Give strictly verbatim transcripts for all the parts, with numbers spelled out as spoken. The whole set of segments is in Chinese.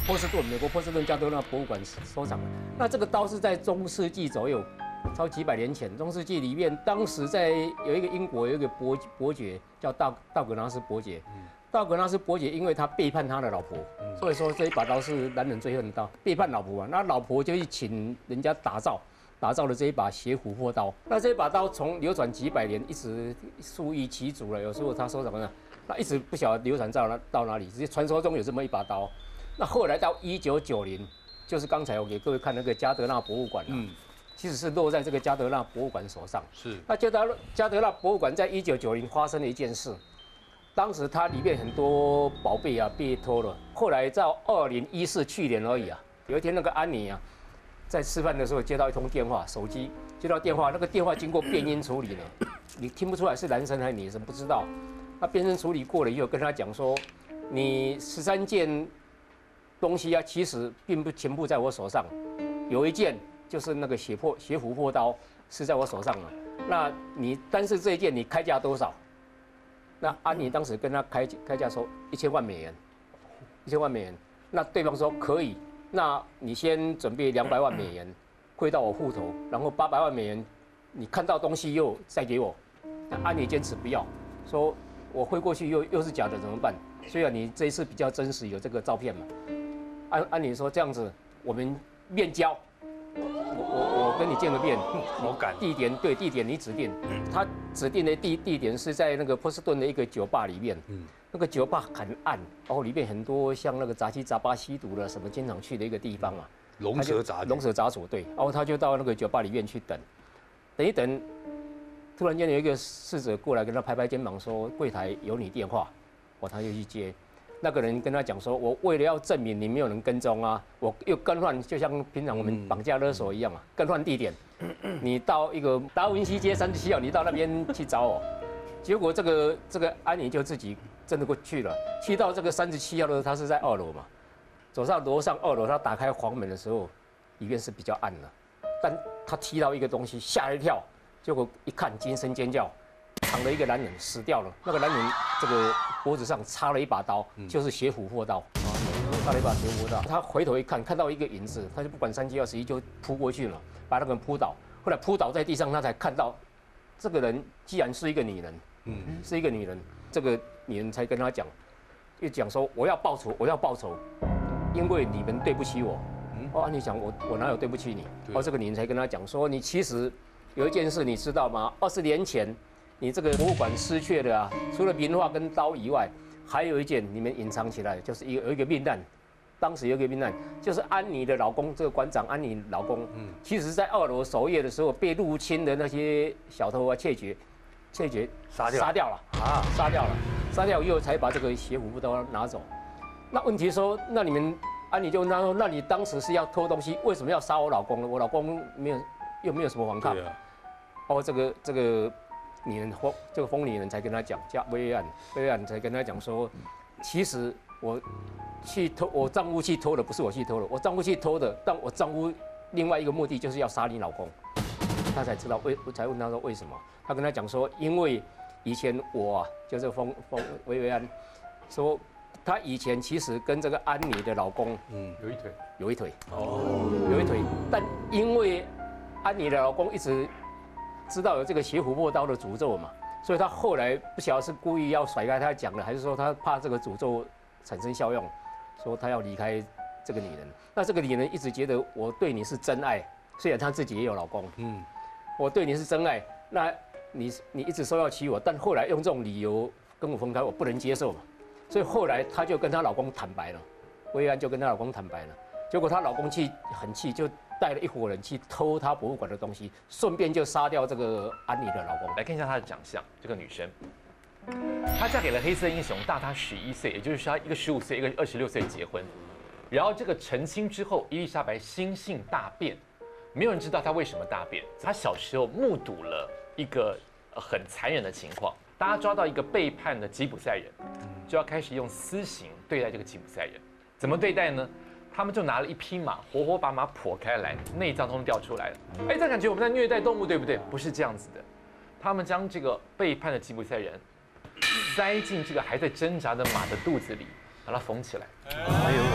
波士顿，美国波士顿加德纳博物馆收藏的。那这个刀是在中世纪左右，超几百年前，中世纪里面，当时在有一个英国有一个伯伯爵叫道道格纳斯伯爵。道格纳斯伯爵因为他背叛他的老婆，所以说这一把刀是男人最恨的刀，背叛老婆啊，那老婆就去请人家打造。打造了这一把血琥珀刀，那这一把刀从流传几百年，一直数以其足了。有时候他收藏了，那一直不晓得流传到哪到哪里，只是传说中有这么一把刀。那后来到一九九零，就是刚才我给各位看那个加德纳博物馆，嗯，其实是落在这个加德纳博物馆手上。是，那加德加德纳博物馆在一九九零发生了一件事，当时它里面很多宝贝啊被偷了。后来到二零一四去年而已啊，有一天那个安妮啊。在吃饭的时候接到一通电话，手机接到电话，那个电话经过变音处理了，你听不出来是男生还是女生，不知道。那变声处理过了以后，跟他讲说，你十三件东西啊，其实并不全部在我手上，有一件就是那个血珀血琥珀刀是在我手上了。那你单是这一件，你开价多少？那安妮当时跟他开开价说一千万美元，一千万美元。那对方说可以。那你先准备两百万美元汇到我户头，然后八百万美元，你看到东西又再给我。那安妮坚持不要，说我汇过去又又是假的怎么办？虽然你这一次比较真实，有这个照片嘛。安安妮说这样子，我们面交，我我我跟你见个面， 好感。 地点对地点你指定，他指定的地地点是在那个波士顿的一个酒吧里面。嗯。那个酒吧很暗，然后里面很多像那个杂七杂八吸毒的什么经常去的一个地方嘛。 龙蛇杂龙蛇杂处对，然后他就到那个酒吧里面去等，等一等，突然间有一个侍者过来跟他拍拍肩膀说柜台有你电话，哦他就去接，那个人跟他讲说，我为了要证明你没有人跟踪啊，我又更换，就像平常我们绑架勒索一样啊，更换地点，你到一个达文西街三十七号，你到那边去找我，结果这个这个安妮就自己。真的过去了，去到这个三十七号的时候，他是在二楼嘛，走上楼上二楼，他打开房门的时候，里面是比较暗的，但他踢到一个东西，吓了一跳，结果一看惊声尖叫，躺了一个男人死掉了，那个男人这个脖子上插了一把刀，就是血琥珀刀，插了一把血琥珀刀，他回头一看，看到一个影子，他就不管三七二十一就扑过去了，把那个人扑倒，后来扑倒在地上，他才看到这个人既然是一个女人，嗯，是一个女人。这个女人才跟他讲，就讲说我要报仇，我要报仇，因为你们对不起我。哦，安妮讲我我哪有对不起你？哦，这个女人才跟他讲说，你其实有一件事你知道吗？二十年前你这个博物馆失窃的啊，除了名画跟刀以外，还有一件你们隐藏起来，就是有有一个命案。当时有一个命案，就是安妮的老公，这个馆长安妮老公，嗯，其实在二楼守夜的时候被入侵的那些小偷啊窃掘。窃掘杀掉杀掉了啊，杀掉了，杀掉以后才把这个血琥珀刀拿走。那问题说，那你们安妮就问他说，那你当时是要偷东西，为什么要杀我老公呢？我老公没有又没有什么反抗。对啊。哦，这个这个女人疯，这个疯女人才跟他讲，叫薇薇安，薇薇安才跟他讲说，其实我去偷，我丈夫去偷的，不是我去偷的，我丈夫去偷的，但我丈夫另外一个目的就是要杀你老公。他才知道为，才问他说为什么？他跟他讲说，因为以前我啊，就是冯冯薇薇安，说他以前其实跟这个安妮的老公，嗯，有一腿，有一腿，哦，有一腿，但因为安妮的老公一直知道有这个血琥珀刀的诅咒嘛，所以他后来不晓得是故意要甩开他讲的，还是说他怕这个诅咒产生效用，说他要离开这个女人。那这个女人一直觉得我对你是真爱，虽然她自己也有老公，嗯。我对你是真爱，那你你一直说要娶我，但后来用这种理由跟我分开，我不能接受嘛，所以后来她就跟她老公坦白了，薇安就跟她老公坦白了，结果她老公气很气，就带了一伙人去偷她博物馆的东西，顺便就杀掉这个安妮的老公。 来看一下她的长相，这个女生，她嫁给了黑色英雄，大她十一岁，也就是说一个十五岁，一个二十六岁结婚，然后这个成亲之后，伊丽莎白心性大变。没有人知道他为什么大变。他小时候目睹了一个很残忍的情况，大家抓到一个背叛的吉普赛人，就要开始用私刑对待这个吉普赛人。怎么对待呢？他们就拿了一匹马，活活把马剖开来，内脏都掉出来了。哎，这感觉我们在虐待动物，对不对？不是这样子的，他们将这个背叛的吉普赛人塞进这个还在挣扎的马的肚子里，把它缝起来。哎呦！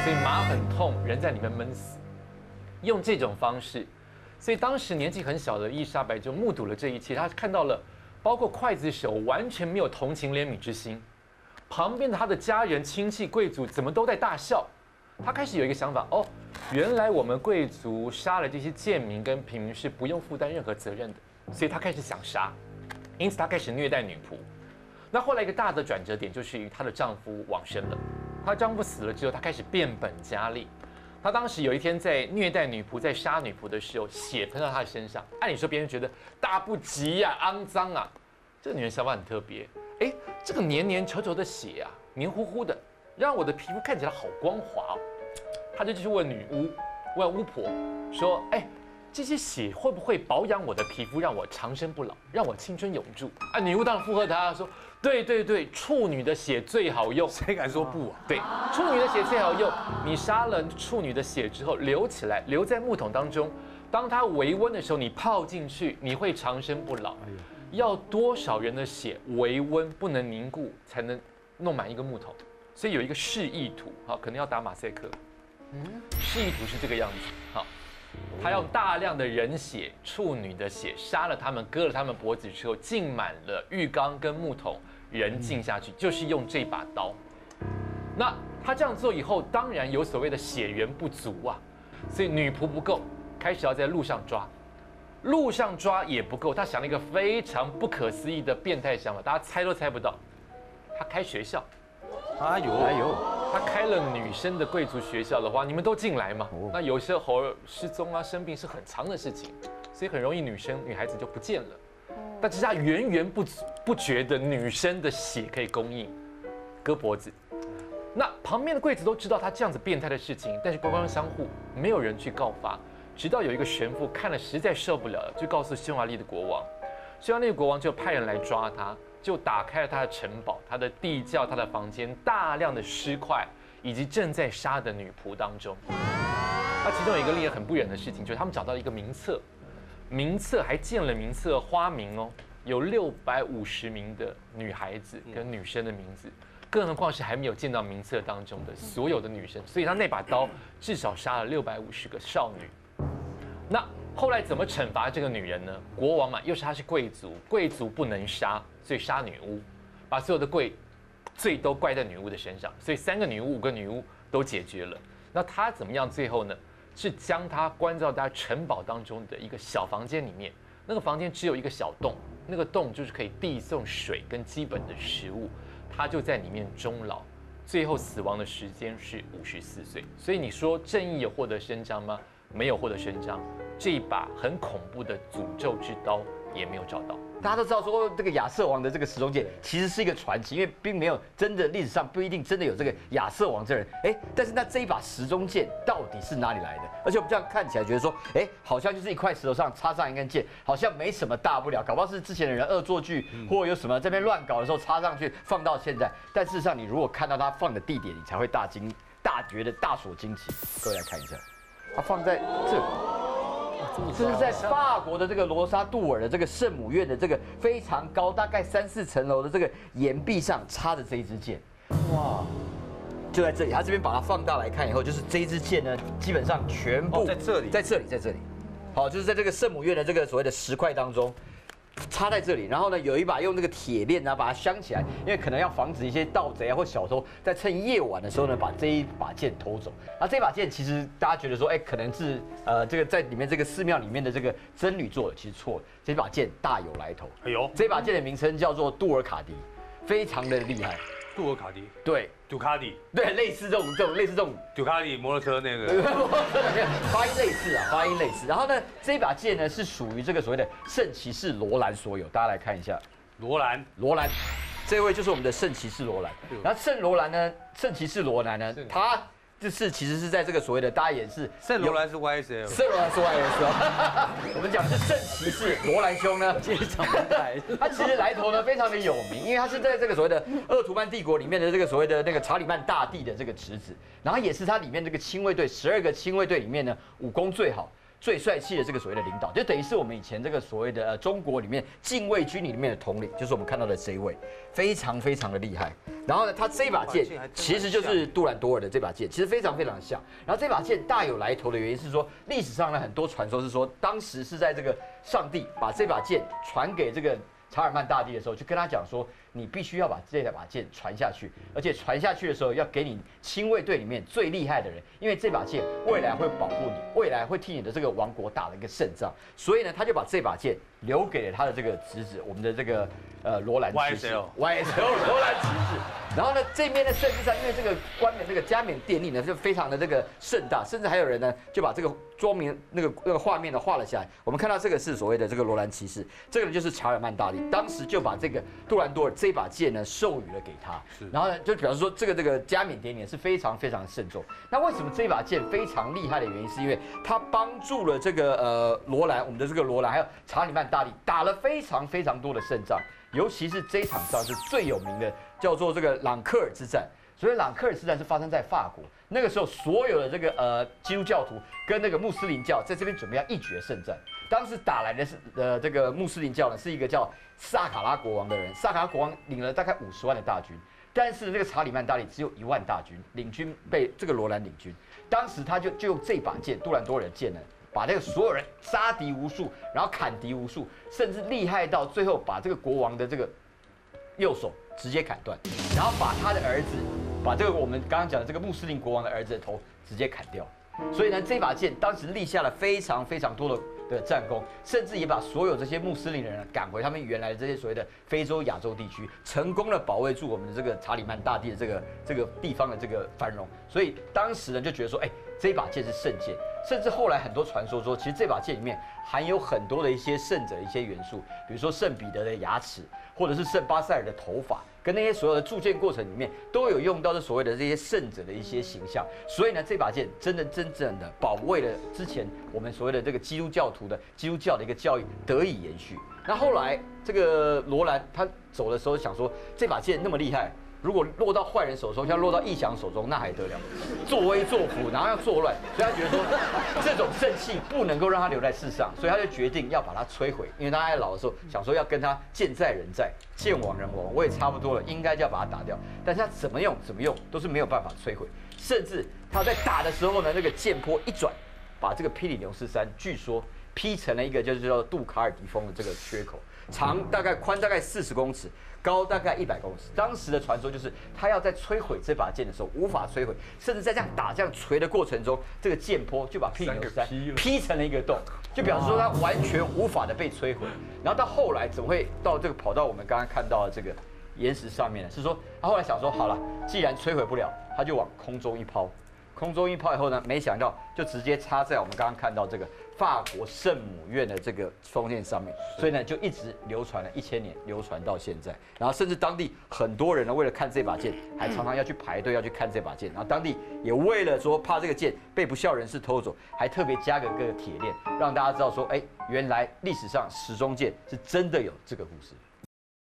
所以马很痛，人在里面闷死。用这种方式，所以当时年纪很小的伊丽莎白就目睹了这一切，她看到了，包括刽子手完全没有同情怜悯之心，旁边的他的家人、亲戚、贵族怎么都在大笑。他开始有一个想法，哦，原来我们贵族杀了这些贱民跟平民是不用负担任何责任的，所以他开始想杀，因此他开始虐待女仆。那后来一个大的转折点就是于她的丈夫往生了，她丈夫死了之后，她开始变本加厉。她当时有一天在虐待女仆、在杀女仆的时候，血喷到她的身上。按理说别人觉得大不吉呀、啊、肮脏啊，这个女人想法很特别。哎，这个黏黏稠稠的血啊，黏糊糊的，让我的皮肤看起来好光滑哦。她就去问女巫，问巫婆说：“哎，这些血会不会保养我的皮肤，让我长生不老，让我青春永驻？”啊，女巫当然附和她说：“对对对，处女的血最好用。” 谁敢说不啊？ 对，处女的血最好用。你杀了处女的血之后，留起来，留在木桶当中，当它微温的时候，你泡进去，你会长生不老。要多少人的血微温不能凝固，才能弄满一个木桶？所以有一个示意图，好，可能要打马赛克。示意图是这个样子，好，他用大量的人血、处女的血杀了他们，割了他们脖子之后，浸满了浴缸跟木桶，人浸下去，就是用这把刀。那他这样做以后，当然有所谓的血源不足啊，所以女仆不够，开始要在路上抓，路上抓也不够，他想了一个非常不可思议的变态想法，大家猜都猜不到，他开学校。 哎呦哎呦， 他开了女生的贵族学校的话，你们都进来嘛？那有些猴儿失踪啊、生病是很长的事情，所以很容易女生、女孩子就不见了。但是他源源不不绝的女生的血可以供应，割脖子。那旁边的贵族都知道他这样子变态的事情，但是官官相护，没有人去告发。直到有一个神父看了实在受不了了，就告诉匈牙利的国王，匈牙利的国王就派人来抓他。就打开了他的城堡、他的地窖、他的房间，大量的尸块以及正在杀的女仆当中。那其中有一个令人很不忍的事情，就是他们找到一个名册，名册还建了名册花名哦，有六百五十名的女孩子跟女生的名字，更何况是还没有见到名册当中的所有的女生，所以他那把刀至少杀了六百五十个少女。那后来怎么惩罚这个女人呢？国王嘛，又是她是贵族，贵族不能杀，所以杀女巫，把所有的罪罪都怪在女巫的身上，所以三个女巫、五个女巫都解决了。那她怎么样？最后呢，是将她关到她城堡当中的一个小房间里面，那个房间只有一个小洞，那个洞就是可以递送水跟基本的食物，她就在里面终老，最后死亡的时间是五十四岁。所以你说正义有获得伸张吗？没有获得伸张，这一把很恐怖的诅咒之刀也没有找到。 大家都知道说这个亚瑟王的这个时钟剑其实是一个传奇，因为并没有真的历史上不一定真的有这个亚瑟王这人。哎，但是那这一把时钟剑到底是哪里来的？而且我们这样看起来觉得说，哎，好像就是一块石头上插上一根剑，好像没什么大不了，搞不好是之前的人恶作剧，或者有什么这边乱搞的时候插上去放到现在。但事实上，你如果看到它放的地点，你才会大惊大觉得大所惊奇。各位来看一下。它放在这里，这是在法国的这个罗莎杜尔的这个圣母院的这个非常高，大概三四层楼的这个岩壁上插着这一支剑。哇，就在这里。他这边把它放大来看以后，就是这一支剑呢，基本上全部在这里， 在这里，在这里。好，就是在这个圣母院的这个所谓的石块当中。插在这里，然后呢，有一把用那个铁链啊把它镶起来，因为可能要防止一些盗贼啊或小偷在趁夜晚的时候呢，把这一把剑偷走。那这把剑其实大家觉得说，哎，可能是呃这个在里面这个寺庙里面的这个僧侣做的，其实错了。这把剑大有来头。哎呦，这把剑的名称叫做杜尔卡迪，非常的厉害。 杜尔卡迪， 对， 杜卡迪， 对，类似这种这种类似这种杜卡迪摩托车那个， 发音类似啊，发音类似。然后呢，这把剑呢是属于这个所谓的圣骑士罗兰所有，大家来看一下。 罗兰， 罗兰，这位就是我们的圣骑士罗兰。然后圣罗兰呢，圣骑士罗兰呢，他就是其实是在这个所谓的大家也是圣罗兰是 Y S L， 圣罗兰是 Y S L， 我们讲是圣骑士罗兰兄呢，接场来，他其实来头呢非常的有名，因为他是在这个所谓的鄂图曼帝国里面的这个所谓的那个查理曼大帝的这个侄子，然后也是他里面这个亲卫队十二个亲卫队里面呢武功最好。 最帅气的这个所谓的领导，就等于是我们以前这个所谓的、呃、中国里面禁卫军里面的统领，就是我们看到的这一位，非常非常的厉害。然后呢，他这把剑其实就是杜兰多尔的这把剑，其实非常非常像。然后这把剑大有来头的原因是说，历史上呢很多传说是说，当时是在这个上帝把这把剑传给这个查尔曼大帝的时候，就跟他讲说，你必须要把这把剑传下去，而且传下去的时候要给你亲卫队里面最厉害的人，因为这把剑未来会保护你，未来会替你的这个王国打了一个胜仗。所以呢，他就把这把剑留给了他的这个侄子，我们的这个呃罗兰骑士 ，Y S L 罗兰骑士。然后呢，这边的圣地上，因为这个冠冕这个加冕典礼呢，就非常的这个盛大，甚至还有人呢就把这个庄名那个那个画面呢画了下来。我们看到这个是所谓的这个罗兰骑士，这个人就是查尔曼大帝，当时就把这个杜兰多尔这把剑呢授予了给他。然后呢，就表示说这个这个加冕典礼是非常非常慎重。那为什么这把剑非常厉害的原因，是因为它帮助了这个呃罗兰，我们的这个罗兰还有查理曼大帝打了非常非常多的胜仗。尤其是这一场仗是最有名的，叫做这个朗克尔之战。所以朗克尔之战是发生在法国，那个时候所有的这个呃基督教徒跟那个穆斯林教在这边准备要一决胜战。当时打来的是呃这个穆斯林教呢是一个叫萨卡拉国王的人，萨卡拉国王领了大概五十万的大军，但是这个查理曼大帝只有一万大军，领军被这个罗兰领军。当时他就就用这把剑杜兰多尔的剑呢，把这个所有人杀敌无数，然后砍敌无数，甚至厉害到最后把这个国王的这个右手直接砍断，然后把他的儿子，把这个我们刚刚讲的这个穆斯林国王的儿子的头直接砍掉。所以呢，这把剑当时立下了非常非常多的的战功，甚至也把所有这些穆斯林人赶回他们原来的这些所谓的非洲、亚洲地区，成功的保卫住我们的这个查理曼大帝的这个这个地方的这个繁荣。所以当时人就觉得说，哎，这把剑是圣剑。甚至后来很多传说说，其实这把剑里面含有很多的一些圣者的一些元素，比如说圣彼得的牙齿，或者是圣巴塞尔的头发，跟那些所有的铸剑过程里面都有用到这所谓的这些圣者的一些形象。所以呢，这把剑真的真正的保卫了之前我们所谓的这个基督教徒的基督教的一个教育得以延续。那后来这个罗兰他走的时候想说，这把剑那么厉害，如果落到坏人手中，像落到异祥手中，那还得了？作威作福，然后要作乱，所以他觉得说这种圣器不能够让他留在世上，所以他就决定要把它摧毁。因为他在老的时候想说要跟他剑在人在，剑亡人亡，我也差不多了，应该就要把它打掉。但是他怎么用怎么用都是没有办法摧毁，甚至他在打的时候呢，那个剑坡一转，把这个霹雳牛斯山据说劈成了一个就是叫杜卡尔迪峰的这个缺口，长大概宽大概四十公尺。高大概一百公尺，当时的传说就是他要在摧毁这把剑的时候无法摧毁，甚至在这样打这样锤的过程中，这个剑坡就把霹雳牛斯山劈成了一个洞，就表示说它完全无法的被摧毁。然后到后来怎么会到这个跑到我们刚刚看到的这个岩石上面呢？是说他后来想说，好了，既然摧毁不了，他就往空中一抛。空中一抛以后呢，没想到就直接插在我们刚刚看到这个法国圣母院的这个封建上面，所以呢就一直流传了一千年，流传到现在。然后甚至当地很多人呢，为了看这把剑，还常常要去排队要去看这把剑。然后当地也为了说怕这个剑被不孝人士偷走，还特别加个个铁链，让大家知道说，哎，原来历史上时钟剑是真的有这个故事。